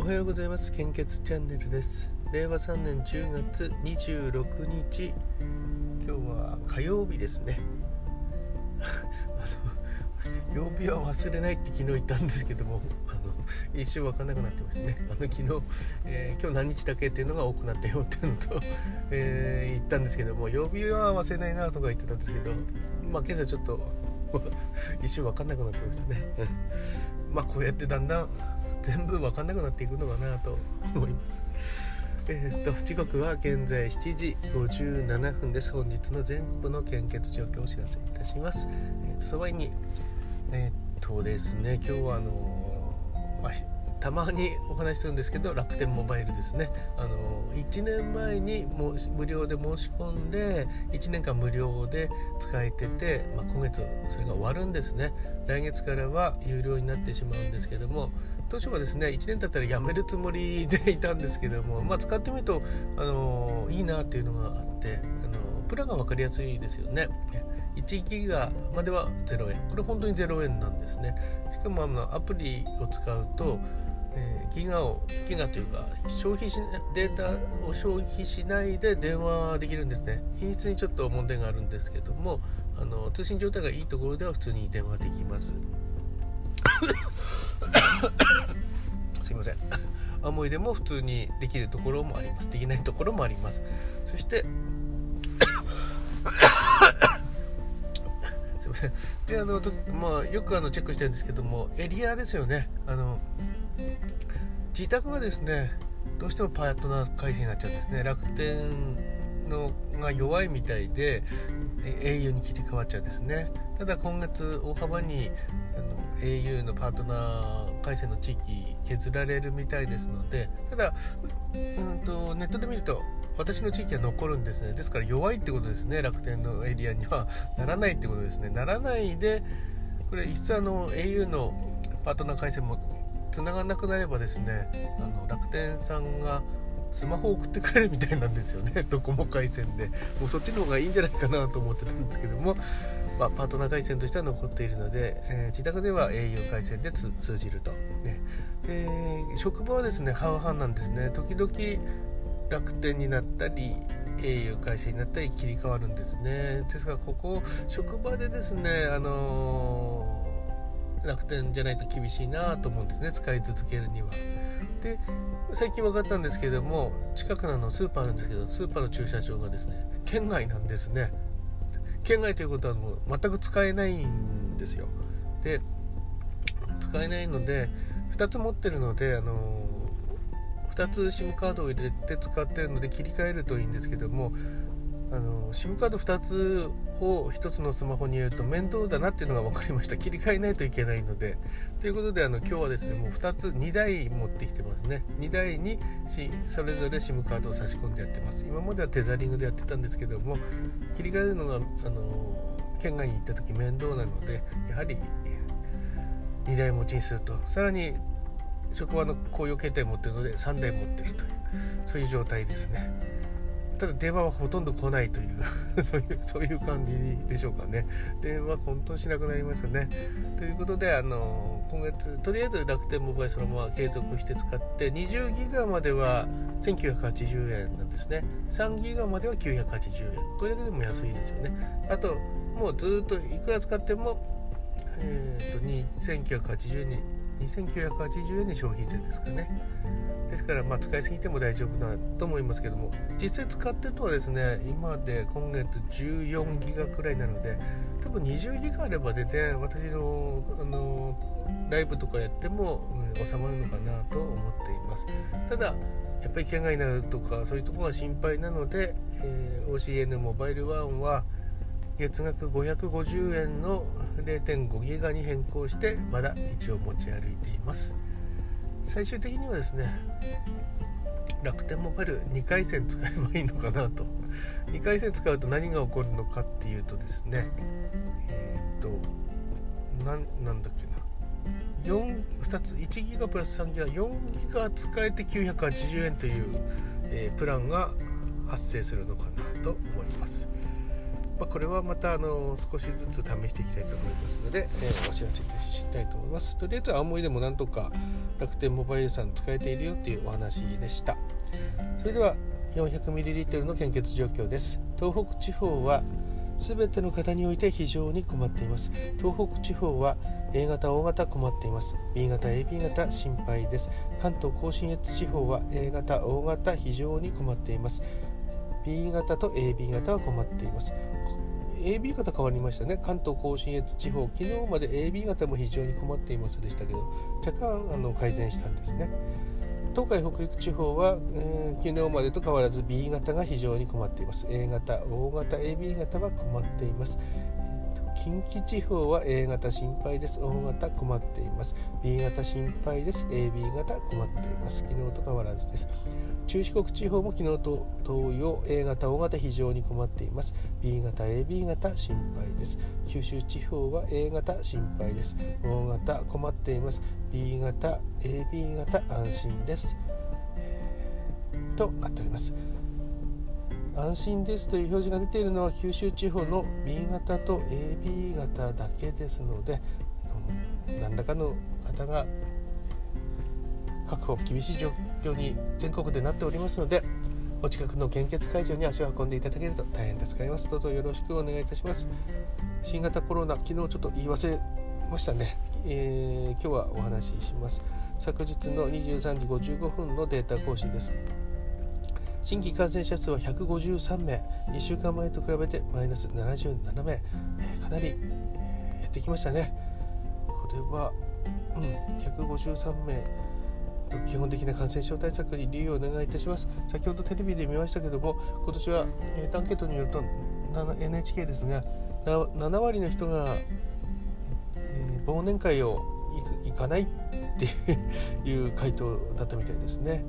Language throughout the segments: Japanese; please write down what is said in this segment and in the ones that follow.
はようございます。献血チャンネルです。令和3年10月26日、今日は火曜日ですね。曜日は忘れないって昨日言ったんですけども、一瞬分かんなくなってましたね。昨日、今日何日だけっていうのが多くなったよっていうのと、言ったんですけども、曜日は忘れないなとか言ってたんですけど、今朝ちょっと一瞬分かんなくなってましたね。こうやってだんだん全部分かんなくなっていくのかなと思います。時刻は現在7時57分です。本日の全国の献血状況をお知らせいたします。その前にですね、今日はたまにお話しするんですけど、楽天モバイルですね。1年前にも無料で申し込んで1年間無料で使えてて、今月それが終わるんですね。来月からは有料になってしまうんですけども、当初はですね1年経ったらやめるつもりでいたんですけども、使ってみるといいなっていうのがあって、プランが分かりやすいですよね。1ギガまでは0円、これ本当に0円なんですね。しかもアプリを使うとギガというかデータを消費しないで電話できるんですね。品質にちょっと問題があるんですけども、通信状態がいいところでは普通に電話できますすいません。思い出も普通にできるところもあります。できないところもあります。そしてすいません。でよくチェックしてるんですけども、エリアですよね。自宅がですねどうしてもパートナー回線になっちゃうんですね。楽天のが弱いみたいで au に切り替わっちゃうんですね。ただ今月大幅にau のパートナー回線の地域削られるみたいですので、ただネットで見ると私の地域は残るんですね。ですから弱いってことですね。楽天のエリアにはならないってことですね。ならないで、これ実はau のパートナー回線も繋がらなくなればですね、楽天さんがスマホを送ってくれるみたいなんですよね。ドコモ回線でもうそっちの方がいいんじゃないかなと思ってたんですけども、パートナー回線としては残っているので、自宅では au 回線で通じると、で職場はですね半々なんですね。時々楽天になったり au 回線になったり切り替わるんですね。ですからここ職場でですね楽天じゃないと厳しいなと思うんですね、使い続けるには。で最近分かったんですけども、近くのスーパーあるんですけど、スーパーの駐車場がですね県外なんですね。県外ということはもう全く使えないんですよ。で使えないので2つ持ってるので2つ SIM カードを入れて使ってるので切り替えるといいんですけども、SIM カード2つを1つのスマホに入れると面倒だなっていうのが分かりました。切り替えないといけないので。ということで今日はですねもう2台持ってきてますね。2台にそれぞれ SIM カードを差し込んでやってます。今まではテザリングでやってたんですけども、切り替えるのが県外に行った時面倒なので、やはり2台持ちにすると、さらに職場の公用携帯持ってるので3台持ってるという、そういう状態ですね。ただ電話はほとんど来ないというそういう感じでしょうかね。電話本当にしなくなりましたね。ということで今月とりあえず楽天モバイルそのまま継続して使って20ギガまでは1980円なんですね。3ギガまでは980円。これだけでも安いですよね。あともうずっといくら使っても2980円に消費税ですかね。ですから使いすぎても大丈夫だと思いますけども、実際使ってるのはですね今で今月14ギガくらいなので、多分20ギガあれば全然私のライブとかやっても、収まるのかなと思っています。ただやっぱり県外になるとかそういうところが心配なので、OCN モバイルワンは月額550円の 0.5 ギガに変更してまだ一応持ち歩いています。最終的にはですね楽天モバイル2回線使えばいいのかなと。2回線使うと何が起こるのかっていうとですねなんだっけな、2つ1ギガプラス3ギガ4ギガ使えて980円という、プランが発生するのかなと思います。 これはまた少しずつ試していきたいと思いますので、お知らせいたしたいと思います。とりあえず青森でもなんとか楽天モバイルさん使えているよというお話でした。それでは 400ml の献血状況です。東北地方は全ての方において非常に困っています。東北地方は A 型、O 型困っています。 B 型、AB 型心配です。関東甲信越地方は A 型、O 型非常に困っています。 B 型と AB 型は困っています。 AB 型変わりましたね。関東甲信越地方、昨日まで AB 型も非常に困っていますでしたけど、若干改善したんですね。東海北陸地方は、昨日までと変わらず B 型が非常に困っています。 A 型、O 型、AB 型は困っています。近畿地方は A 型心配です。 O 型困っています。 B 型心配です。 AB 型困っています。昨日と変わらずです。中四国地方も昨日と同様 A 型、O 型非常に困っています。 B 型、AB 型心配です。九州地方は A 型心配です。 O 型困っています。 B 型、AB 型安心です、となっております。安心ですという表示が出ているのは九州地方の B 型と AB 型だけですので、何らかの方が確保厳しい状況に全国でなっておりますので、お近くの献血会場に足を運んでいただけると大変助かります。どうぞよろしくお願いいたします。新型コロナ、昨日ちょっと言い忘れましたね。今日はお話しします。昨日の23時55分のデータ更新です。新規感染者数は153名、1週間前と比べてマイナス77名、かなり、減ってきましたね。これは、153名、基本的な感染症対策に留意をお願いいたします。先ほどテレビで見ましたけども、今年は、アンケートによると NHK ですが、7割の人が、忘年会を行かないっていう回答だったみたいですね。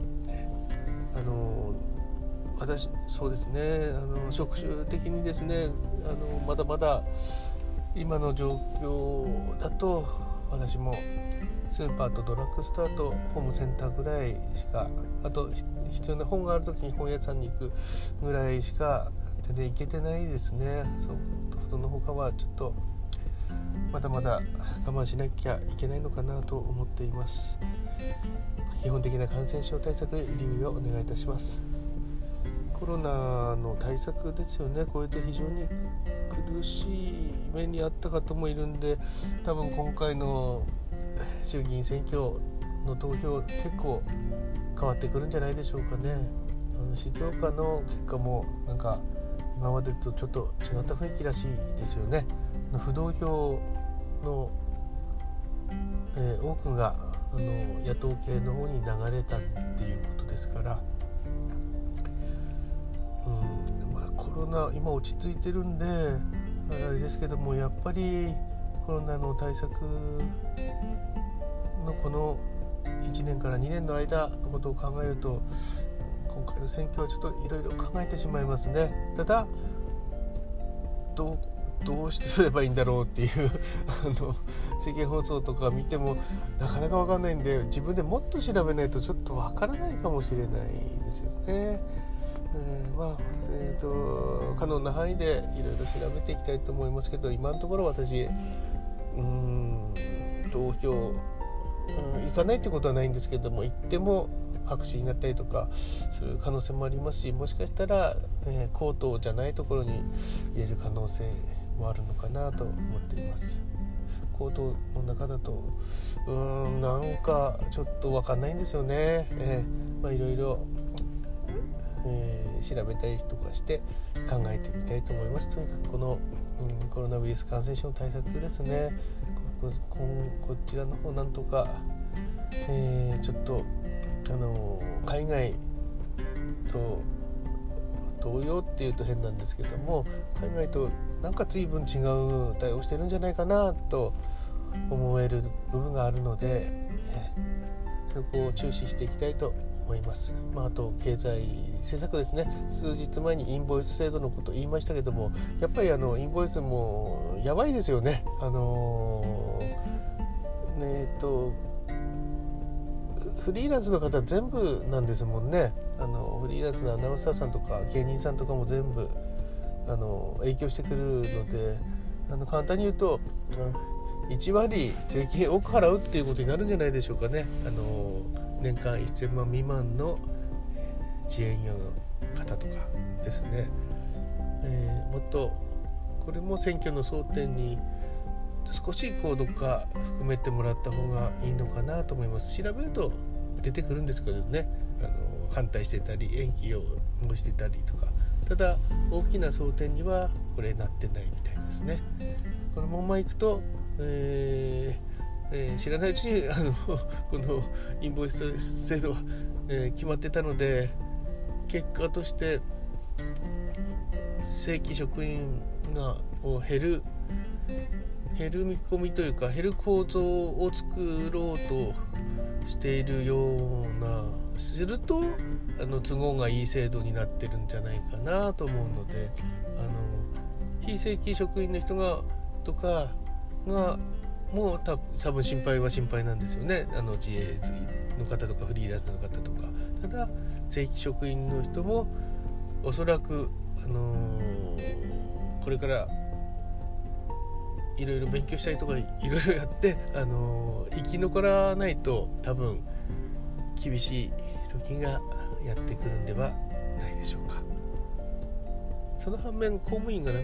私そうですね、職種的にですね、まだまだ今の状況だと、私もスーパーとドラッグストアとホームセンターぐらいしか、あと必要な本があるときに本屋さんに行くぐらいしか全然行けてないですね。その他はちょっとまだまだ我慢しなきゃいけないのかなと思っています。基本的な感染症対策に留意をお願いいたします。コロナの対策ですよね。これで非常に苦しい目にあった方もいるんで、多分今回の衆議院選挙の投票結構変わってくるんじゃないでしょうかね。静岡の結果もなんか今までとちょっと違った雰囲気らしいですよね。不動票の、多くが野党系の方に流れたっていうことですから、コロナ今落ち着いてるんであれですけども、やっぱりコロナの対策のこの1年から2年の間のことを考えると、今回の選挙はちょっといろいろ考えてしまいますね。ただどうしてすればいいんだろうっていう世間放送とか見てもなかなか分かんないんで、自分でもっと調べないとちょっと分からないかもしれないですよね。可能な範囲でいろいろ調べていきたいと思いますけど、今のところ私投票行かないってことはないんですけども、行っても白紙になったりとかする可能性もありますし、もしかしたら、公党じゃないところに入れる可能性もあるのかなと思っています。公党の中だとなんかちょっと分かんないんですよね。いろいろ調べたりとかして考えてみたいと思います。とにかくこの、コロナウイルス感染症の対策ですね。こちらの方なんとか、ちょっと海外と同様っていうと変なんですけども、海外となんか随分違う対応してるんじゃないかなと思える部分があるので、そこを注視していきたいと思います。あと経済政策ですね。数日前にインボイス制度のことを言いましたけども、やっぱりインボイスもやばいですよね。フリーランスの方全部なんですもんね。フリーランスのアナウンサーさんとか芸人さんとかも全部影響してくるので、簡単に言うと、1割税金多く払うっていうことになるんじゃないでしょうかね。年間1000万未満の自営業の方とかですね、もっとこれも選挙の争点に少しどっか含めてもらった方がいいのかなと思います。調べると出てくるんですけどね、反対してたり延期を申してたりとか、ただ大きな争点にはこれなってないみたいですね。このままいくと、知らないうちにこのインボイス制度は、決まってたので、結果として正規職員が減る見込みというか、減る構造を作ろうとしているような、すると都合がいい制度になってるんじゃないかなと思うので、非正規職員の人がとかがもう多分心配なんですよね。自営の方とかフリーランスの方とか。ただ正規職員の人もおそらく、これからいろいろ勉強したりとかいろいろやって生き残らないと多分厳しい時がやってくるんではないでしょうか。その反面公務員が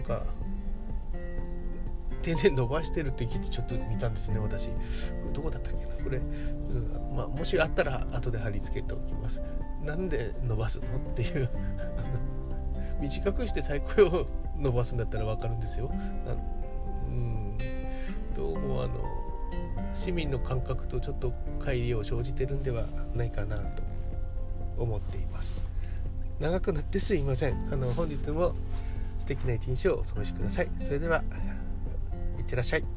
定年伸ばしてるって記事ちょっと見たんですね。私どこだったっけなこれ、もしあったら後で貼り付けておきます。なんで伸ばすのっていう短くして再雇用を伸ばすんだったら分かるんですよ。どうも市民の感覚とちょっと乖離を生じてるんではないかなと思っています。長くなってすいません。本日も素敵な一日をお過ごしください。それではいってらっしゃい。